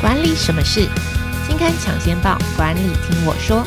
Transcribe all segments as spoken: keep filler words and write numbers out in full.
管理什么事？金刊抢先报，管理听我说。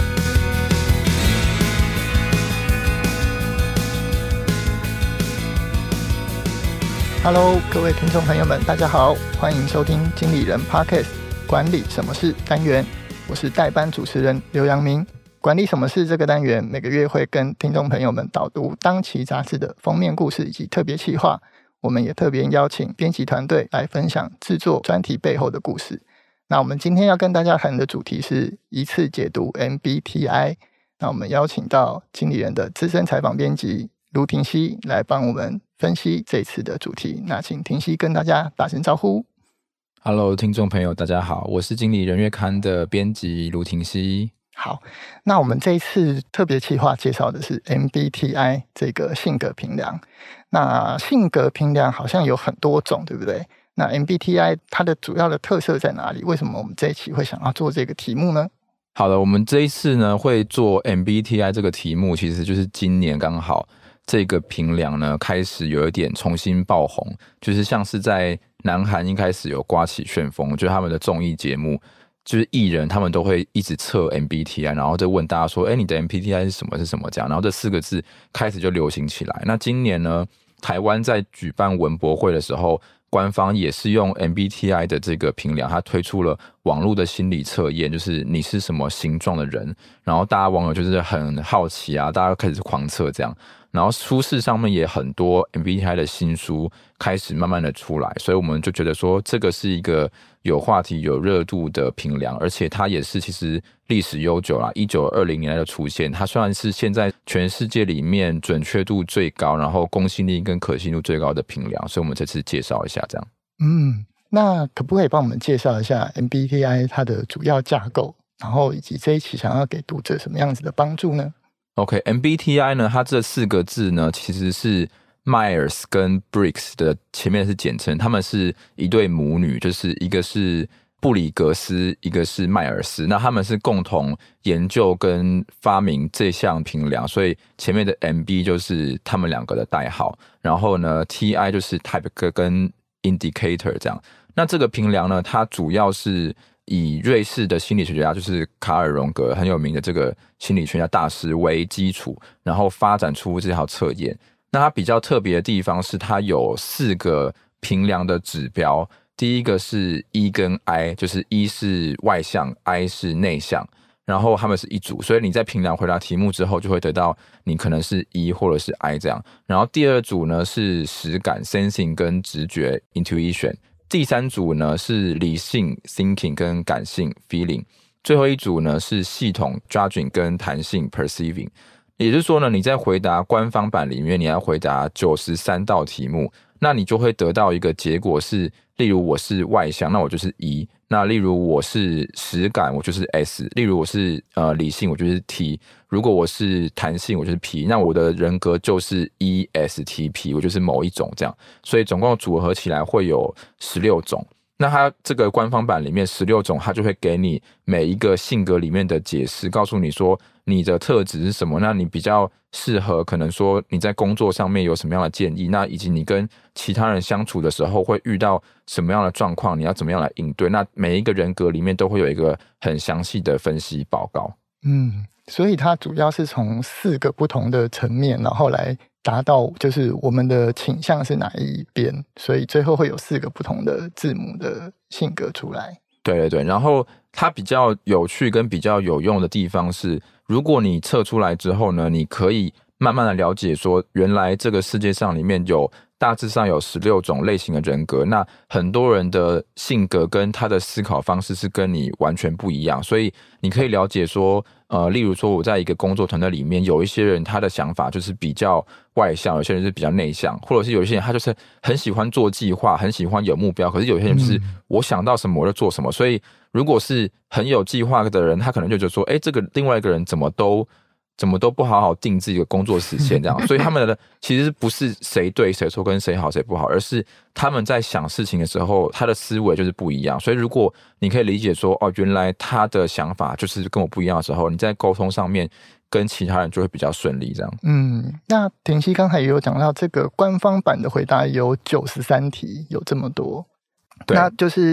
Hello， 各位听众朋友们，大家好，欢迎收听经理人 Podcast 管理什么事单元，我是代班主持人刘阳明。管理什么事这个单元每个月会跟听众朋友们导读当期杂志的封面故事以及特别企划，我们也特别邀请编辑团队来分享制作专题背后的故事。那我们今天要跟大家谈的主题是一次解读 M B T I。 那我们邀请到经理人的资深采访编辑卢廷熙来帮我们分析这次的主题。那请廷熙跟大家打声招呼。 Hello， 听众朋友大家好，我是经理人月刊的编辑卢廷熙。 好，那我们这一次特别企划介绍的是 M B T I 这个性格评量。那性格评量好像有很多种，对不对？那 M B T I 它的主要的特色在哪里？为什么我们这一期会想要做这个题目呢？ 好的，我们这一次呢会做 M B T I 这个题目，其实就是今年刚好这个评量呢开始有一点重新爆红，就是像是在南韩一开始有刮起旋风，就是他们的综艺节目，就是艺人他们都会一直测 M B T I， 然后就问大家说，哎，你的 M B T I 是什么是什么这样，然后这四个字开始就流行起来。那今年呢，台湾在举办文博会的时候，官方也是用 M B T I 的这个评量，它推出了网络的心理测验，就是你是什么形状的人，然后大家网友就是很好奇啊，大家开始狂测这样。然后书市上面也很多 M B T I 的新书开始慢慢的出来，所以我们就觉得说这个是一个有话题有热度的评量，而且它也是其实历史悠久啦，一九二零年代的出现，它算是现在全世界里面准确度最高，然后公信力跟可信度最高的评量，所以我们这次介绍一下这样。 嗯，那可不可以帮我们介绍一下 M B T I 它的主要架构，然后以及这一期想要给读者什么样子的帮助呢？ OK，M B T I 呢，它这四个字呢其实是 Myers 跟 Briggs 的前面是简称，他们是一对母女，就是一个是布里格斯，一个是迈尔斯，那他们是共同研究跟发明这项评量，所以前面的 M B 就是他们两个的代号，然后呢 T I 就是 Type 跟 Indicator 这样。那这个评量呢，它主要是以瑞士的心理学家，就是卡尔荣格很有名的这个心理学家大师为基础，然后发展出这套测验。那它比较特别的地方是它有四个评量的指标，第一个是 E 跟 I， 就是 E 是外向 I 是内向，然后他们是一组，所以你在评量回答题目之后就会得到你可能是 E 或者是 I 这样。然后第二组呢是实感 Sensing 跟直觉 Intuition，第三组呢是理性 thinking 跟感性 feeling， 最后一组呢是系统 judging 跟弹性 perceiving。 也就是说呢，你在回答官方版里面你要回答九十三道题目，那你就会得到一个结果是，例如我是外向，那我就是 E， 那例如我是实感，我就是 S， 例如我是呃理性，我就是 T， 如果我是弹性，我就是 P， 那我的人格就是 E S T P， 我就是某一种这样，所以总共组合起来会有十六种。那它这个官方版里面十六种，它就会给你每一个性格里面的解释，告诉你说你的特质是什么，那你比较适合可能说你在工作上面有什么样的建议，那以及你跟其他人相处的时候会遇到什么样的状况，你要怎么样来应对，那每一个人格里面都会有一个很详细的分析报告。 嗯，所以它主要是从四个不同的层面，然后来达到就是我们的倾向是哪一边，所以最后会有四个不同的字母的性格出来。 对对对，然后它比较有趣跟比较有用的地方是，如果你测出来之后呢，你可以慢慢的了解说，原来这个世界上里面有大致上有十六种类型的人格，那很多人的性格跟他的思考方式是跟你完全不一样，所以你可以了解说呃，例如说我在一个工作团队里面，有一些人他的想法就是比较外向，有些人是比较内向，或者是有一些人他就是很喜欢做计划，很喜欢有目标，可是有些人就是我想到什么我就做什么，所以如果是很有计划的人，他可能就觉得说，哎，这个另外一个人怎么都怎么都不好好定自己的工作时间这样，所以他们的其实不是谁对谁错跟谁好谁不好，而是他们在想事情的时候，他的思维就是不一样。所以如果你可以理解说，哦，原来他的想法就是跟我不一样的时候，你在沟通上面跟其他人就会比较顺利这样。 嗯，那田曦刚才也有讲到，这个官方版的回答有九十三题，有这么多，那就是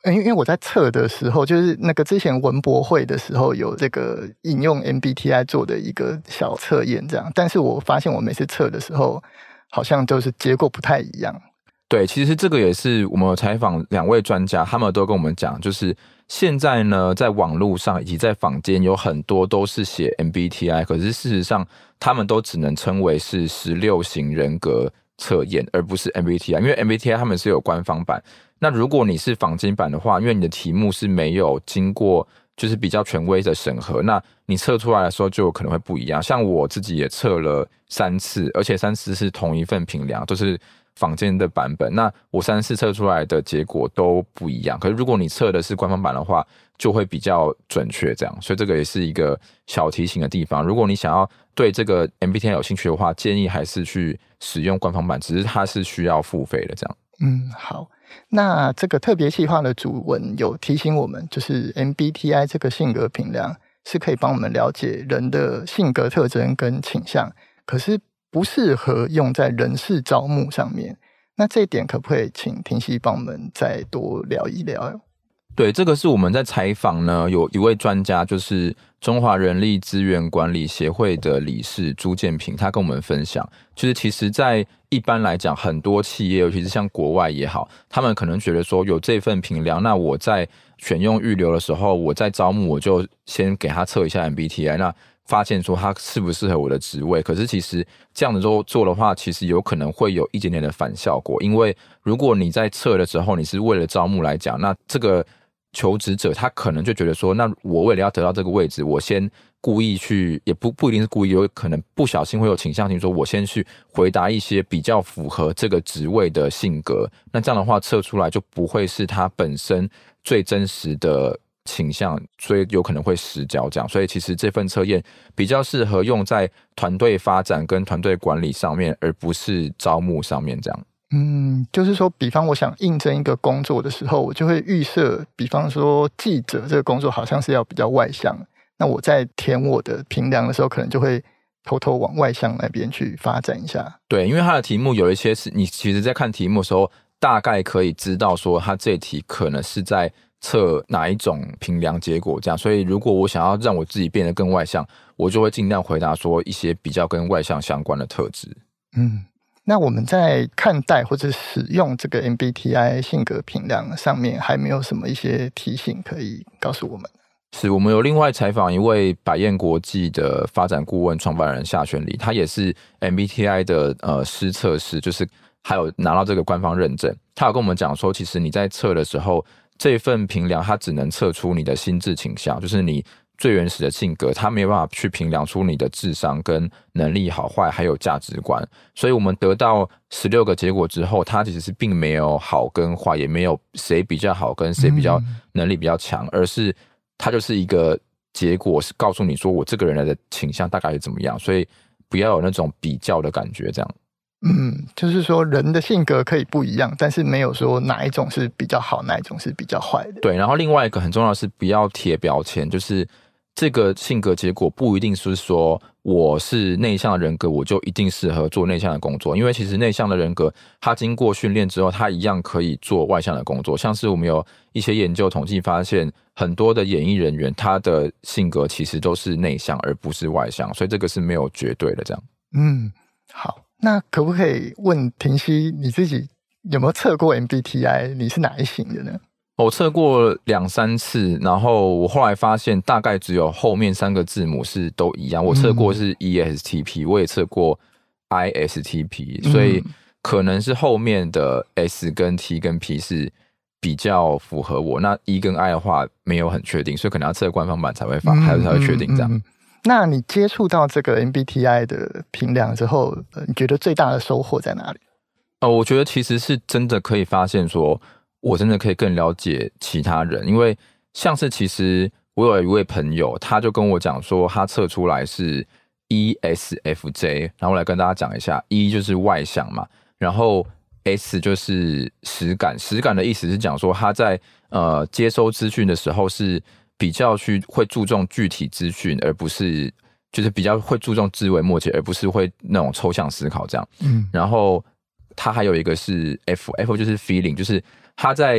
因为我在测的时候，就是那个之前文博会的时候有这个引用 M B T I 做的一个小测验这样，但是我发现我每次测的时候好像就是结果不太一样。 对，其实这个也是我们有采访两位专家，他们都跟我们讲，就是现在呢在网络上以及在坊间有很多都是写 M B T I， 可是事实上他们都只能称为是十六型人格测验，而不是 M B T I， 因为 M B T I 他们是有官方版。那如果你是坊间版的话，因为你的题目是没有经过就是比较权威的审核，那你测出来的时候就有可能会不一样。像我自己也测了三次，而且三次是同一份评量，都是坊间的版本。那我三次测出来的结果都不一样。可是如果你测的是官方版的话，就会比较准确这样。所以这个也是一个小提醒的地方。如果你想要对这个 M B T I 有兴趣的话，建议还是去使用官方版，只是它是需要付费的这样。 嗯，好。那这个特别企划的主文有提醒我们，就是 M B T I 这个性格评量是可以帮我们了解人的性格特征跟倾向，可是不适合用在人事招募上面。那这一点可不可以请庭熙帮我们再多聊一聊？ 对，这个是我们在采访呢，有一位专家，就是中华人力资源管理协会的理事朱建平，他跟我们分享，就是其实在一般来讲，很多企业，尤其是像国外也好，他们可能觉得说有这份评量，那我在选用预留的时候，我在招募我就先给他测一下 M B T I， 那发现说他适不适合我的职位。可是其实这样的做做的话，其实有可能会有一点点的反效果，因为如果你在测的时候，你是为了招募来讲，那这个求职者他可能就觉得说，那我为了要得到这个位置，我先故意去，也不不一定是故意，有可能不小心会有倾向性说，我先去回答一些比较符合这个职位的性格，那这样的话测出来就不会是他本身最真实的倾向，所以有可能会失焦这样。所以其实这份测验比较适合用在团队发展跟团队管理上面，而不是招募上面这样。 嗯，就是说比方我想应征一个工作的时候，我就会预设，比方说记者这个工作好像是要比较外向，那我在填我的评量的时候，可能就会偷偷往外向那边去发展一下。 对，因为它的题目有一些是你其实在看题目的时候，大概可以知道说它这一题可能是在测哪一种评量结果这样。所以如果我想要让我自己变得更外向，我就会尽量回答说一些比较跟外向相关的特质。 嗯，那我们在看待或者使用这个 M B T I 性格评量上面，还没有什么一些提醒可以告诉我们？ 是，我们有另外采访一位百燕国际的发展顾问创办人夏璇礼，他也是 M B T I 的呃师测师，就是还有拿到这个官方认证。他有跟我们讲说，其实你在测的时候，这份评量它只能测出你的心智倾向，就是你最原始的性格，它没有办法去评量出你的智商跟能力好坏，还有价值观。所以我们得到十六个结果之后，它其实是并没有好跟坏，也没有谁比较好跟谁比较能力比较强，而是它就是一个结果，是告诉你说我这个人的倾向大概是怎么样，所以不要有那种比较的感觉这样。 嗯，就是说人的性格可以不一样，但是没有说哪一种是比较好，哪一种是比较坏的。 对，然后另外一个很重要的是不要贴标签，就是这个性格结果不一定是说我是内向的人格，我就一定适合做内向的工作，因为其实内向的人格他经过训练之后，他一样可以做外向的工作。像是我们有一些研究统计发现，很多的演艺人员他的性格其实都是内向而不是外向，所以这个是没有绝对的这样。 嗯，好，那可不可以问庭熙你自己有没有测过 M B T I？ 你是哪一型的呢？ 我测过两三次，然后我后来发现大概只有后面三个字母是都一样。我测过是 E S T P， 我也测过 I S T P， 所以可能是后面的 S 跟 T 跟 P 是比较符合我。那 E 跟 I 的话没有很确定，所以可能要测官方版才会发，还才会确定这样。 嗯嗯嗯嗯那你接触到这个 M B T I 的评量之后，你觉得最大的收获在哪里？ 呃，我觉得其实是真的可以发现说，我真的可以更了解其他人，因为像是其实我有一位朋友，他就跟我讲说，他测出来是 E S F J， 然后我来跟大家讲一下 ，E 就是外向嘛，然后 S 就是实感，实感的意思是讲说他在呃接收资讯的时候是比较去会注重具体资讯，而不是就是比较会注重枝微末节，而不是会那种抽象思考这样。嗯，然后他还有一个是 F，F 就是 feeling， 就是他在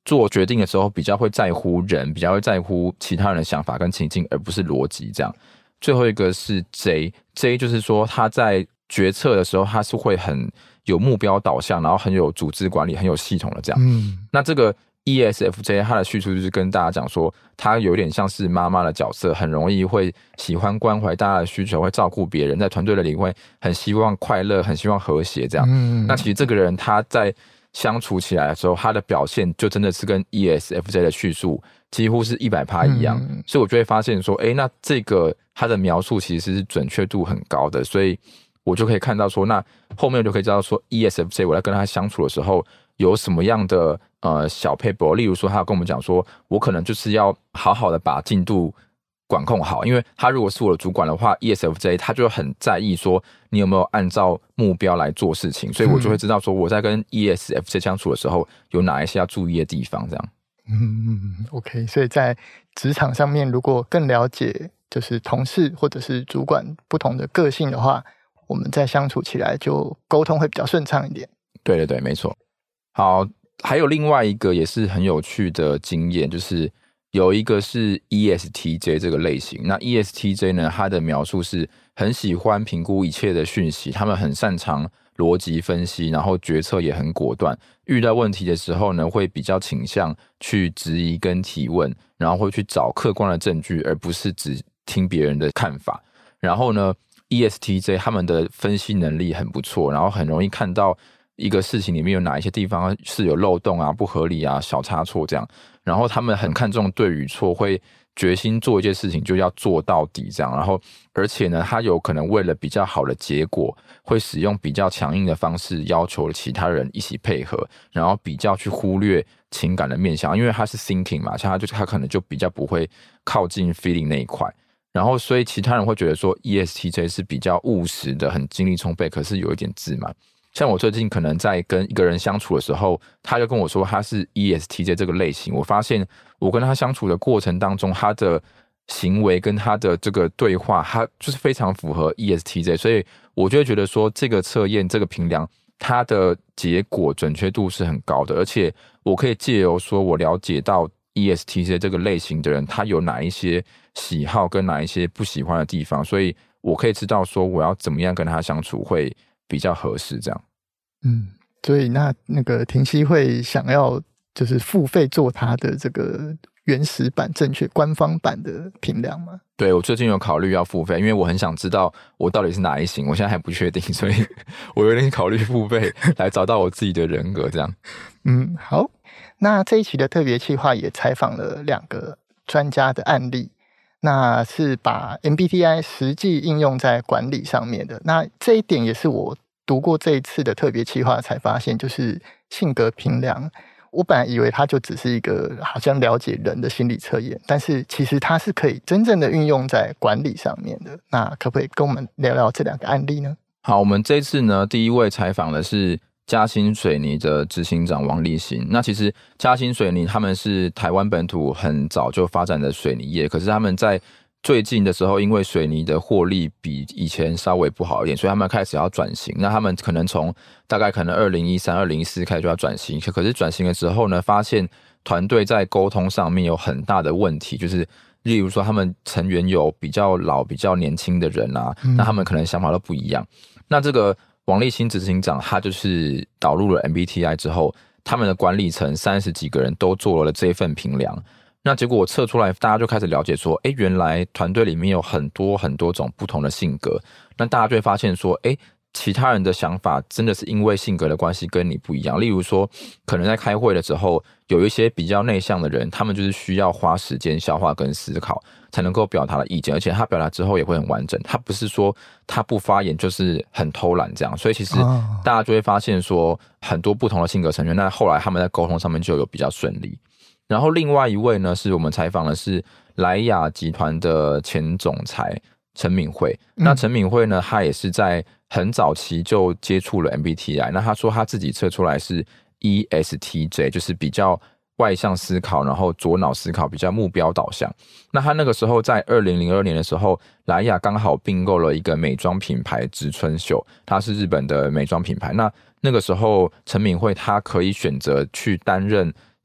做决定的时候比较会在乎人，比较会在乎其他人的想法跟情境，而不是逻辑这样。最后一个是 J J 就是说他在决策的时候他是会很有目标导向，然后很有组织管理，很有系统的这样。嗯，那这个 E S F J 他的叙述就是跟大家讲说，他有点像是妈妈的角色，很容易会喜欢关怀大家的需求，会照顾别人，在团队里会很希望快乐，很希望和谐这样。嗯，那其实这个人他在相处起来的时候，他的表现就真的是跟 E S F J 的叙述几乎是 百分之百 一样。嗯，所以我就会发现说，哎，那这个他的描述其实是准确度很高的，所以我就可以看到说，那后面我就可以知道说 E S F J 我在跟他相处的时候有什么样的呃小撇步，例如说他有跟我们讲说，我可能就是要好好的把进度管控好，因为他如果是我的主管的话 E S F J 他就很在意说你有没有按照目标来做事情，所以我就会知道说我在跟 E S F J 相处的时候有哪一些要注意的地方这样。 嗯 OK， 所以在职场上面如果更了解就是同事或者是主管不同的个性的话，我们在相处起来就沟通会比较顺畅一点。 对对对，没错。好，还有另外一个也是很有趣的经验，就是有一个是 E S T J 这个类型。那 E S T J 呢，它的描述是很喜欢评估一切的讯息，他们很擅长逻辑分析，然后决策也很果断。遇到问题的时候呢，会比较倾向去质疑跟提问，然后会去找客观的证据，而不是只听别人的看法。然后呢 E S T J 他们的分析能力很不错，然后很容易看到一个事情里面有哪一些地方是有漏洞啊、不合理啊、小差错这样。然后他们很看重对与错，会决心做一件事情就要做到底这样。然后而且呢，他有可能为了比较好的结果，会使用比较强硬的方式要求其他人一起配合，然后比较去忽略情感的面向，因为他是 thinking 嘛，像他就他可能就比较不会靠近 feeling 那一块。然后所以其他人会觉得说 E S T J 是比较务实的，很精力充沛，可是有一点自满。像我最近可能在跟一个人相处的时候，他就跟我说他是 E S T J 这个类型，我发现我跟他相处的过程当中，他的行为跟他的这个对话，他就是非常符合 E S T J， 所以我就会觉得说这个测验这个评量它的结果准确度是很高的，而且我可以借由说我了解到 E S T J 这个类型的人他有哪一些喜好跟哪一些不喜欢的地方，所以我可以知道说我要怎么样跟他相处会比较合适这样。 嗯，所以那那个庭熙会想要就是付费做他的这个原始版正确官方版的评量吗？ 对，我最近有考虑要付费，因为我很想知道我到底是哪一型，我现在还不确定，所以我有点考虑付费来找到我自己的人格这样。 嗯，好，那这一期的特别企划也采访了两个专家的案例，那是把 M B T I 实际应用在管理上面的。那这一点也是我读过这一次的特别企划才发现，就是性格评量，我本来以为它就只是一个好像了解人的心理测验，但是其实它是可以真正的运用在管理上面的。那可不可以跟我们聊聊这两个案例呢？ 好，我们这次呢第一位采访的是嘉兴水泥的执行长王立新。那其实嘉兴水泥他们是台湾本土很早就发展的水泥业，可是他们在最近的时候，因为水泥的获利比以前稍微不好一点，所以他们开始要转型。那他们可能从大概可能二零一三、二零一四开始就要转型，可是转型的时候呢，发现团队在沟通上面有很大的问题，就是例如说他们成员有比较老、比较年轻的人啊，那他们可能想法都不一样。那这个王立新执行长他就是导入了 M B T I 之后，他们的管理层三十几个人都做了这份评量。那结果我测出来，大家就开始了解说，哎，原来团队里面有很多很多种不同的性格。那大家就会发现说，哎，其他人的想法真的是因为性格的关系跟你不一样。例如说，可能在开会的时候，有一些比较内向的人，他们就是需要花时间消化跟思考，才能够表达的意见，而且他表达之后也会很完整。他不是说他不发言就是很偷懒这样。所以其实大家就会发现说，很多不同的性格成员，那后来他们在沟通上面就有比较顺利。然后另外一位呢，是我们采访的是莱雅集团的前总裁陈敏慧。那陈敏慧呢，她也是在很早期就接触了 M B T I。那她说她自己测出来是 E S T J， 就是比较外向思考，然后左脑思考，比较目标导向。那她那个时候在二零零二年的时候，莱雅刚好并购了一个美妆品牌植村秀，它是日本的美妆品牌。那那个时候陈敏慧她可以选择去担任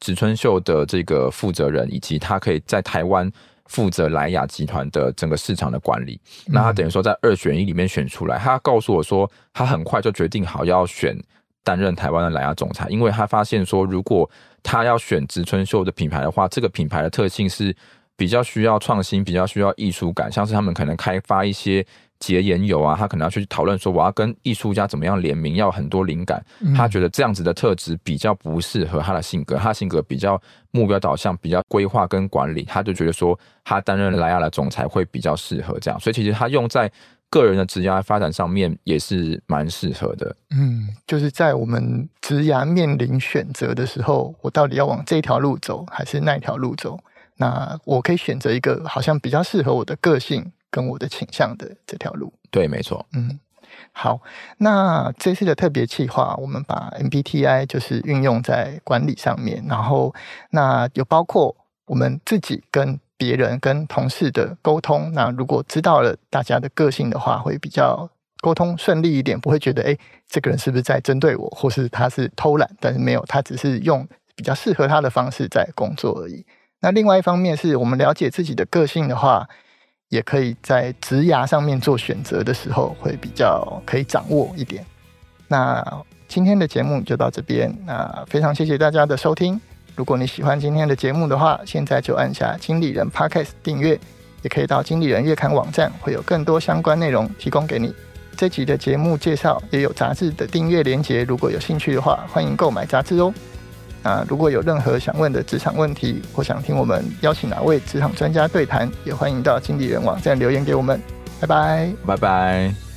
植村秀的这个负责人，以及他可以在台湾负责莱雅集团的整个市场的管理。那他等于说在二选一里面选出来，他告诉我说，他很快就决定好要选担任台湾的莱雅总裁，因为他发现说，如果他要选植村秀的品牌的话，这个品牌的特性是比较需要创新，比较需要艺术感，像是他们可能开发一些洁颜油啊，他可能要去讨论说我要跟艺术家怎么样联名，要很多灵感。他觉得这样子的特质比较不适合他的性格，他的性格比较目标导向，比较规划跟管理，他就觉得说他担任莱雅的总裁会比较适合这样，所以其实他用在个人的职业发展上面也是蛮适合的。 嗯，就是在我们职业面临选择的时候，我到底要往这条路走还是那条路走，那我可以选择一个好像比较适合我的个性跟我的倾向的这条路。 对，没错。 嗯，好，那这次的特别企划，我们把 M B T I 就是运用在管理上面，然后那有包括我们自己跟别人跟同事的沟通，那如果知道了大家的个性的话，会比较沟通顺利一点，不会觉得诶这个人是不是在针对我，或是他是偷懒，但是没有，他只是用比较适合他的方式在工作而已。那另外一方面是我们了解自己的个性的话，也可以在职涯上面做选择的时候会比较可以掌握一点。那今天的节目就到这边，那非常谢谢大家的收听。如果你喜欢今天的节目的话，现在就按下经理人 Podcast 订阅，也可以到经理人月刊网站，会有更多相关内容提供给你。这集的节目介绍也有杂志的订阅连结，如果有兴趣的话，欢迎购买杂志哦。那如果有任何想问的职场问题，或想听我们邀请哪位职场专家对谈，也欢迎到经理人网站留言给我们。拜拜， 拜拜。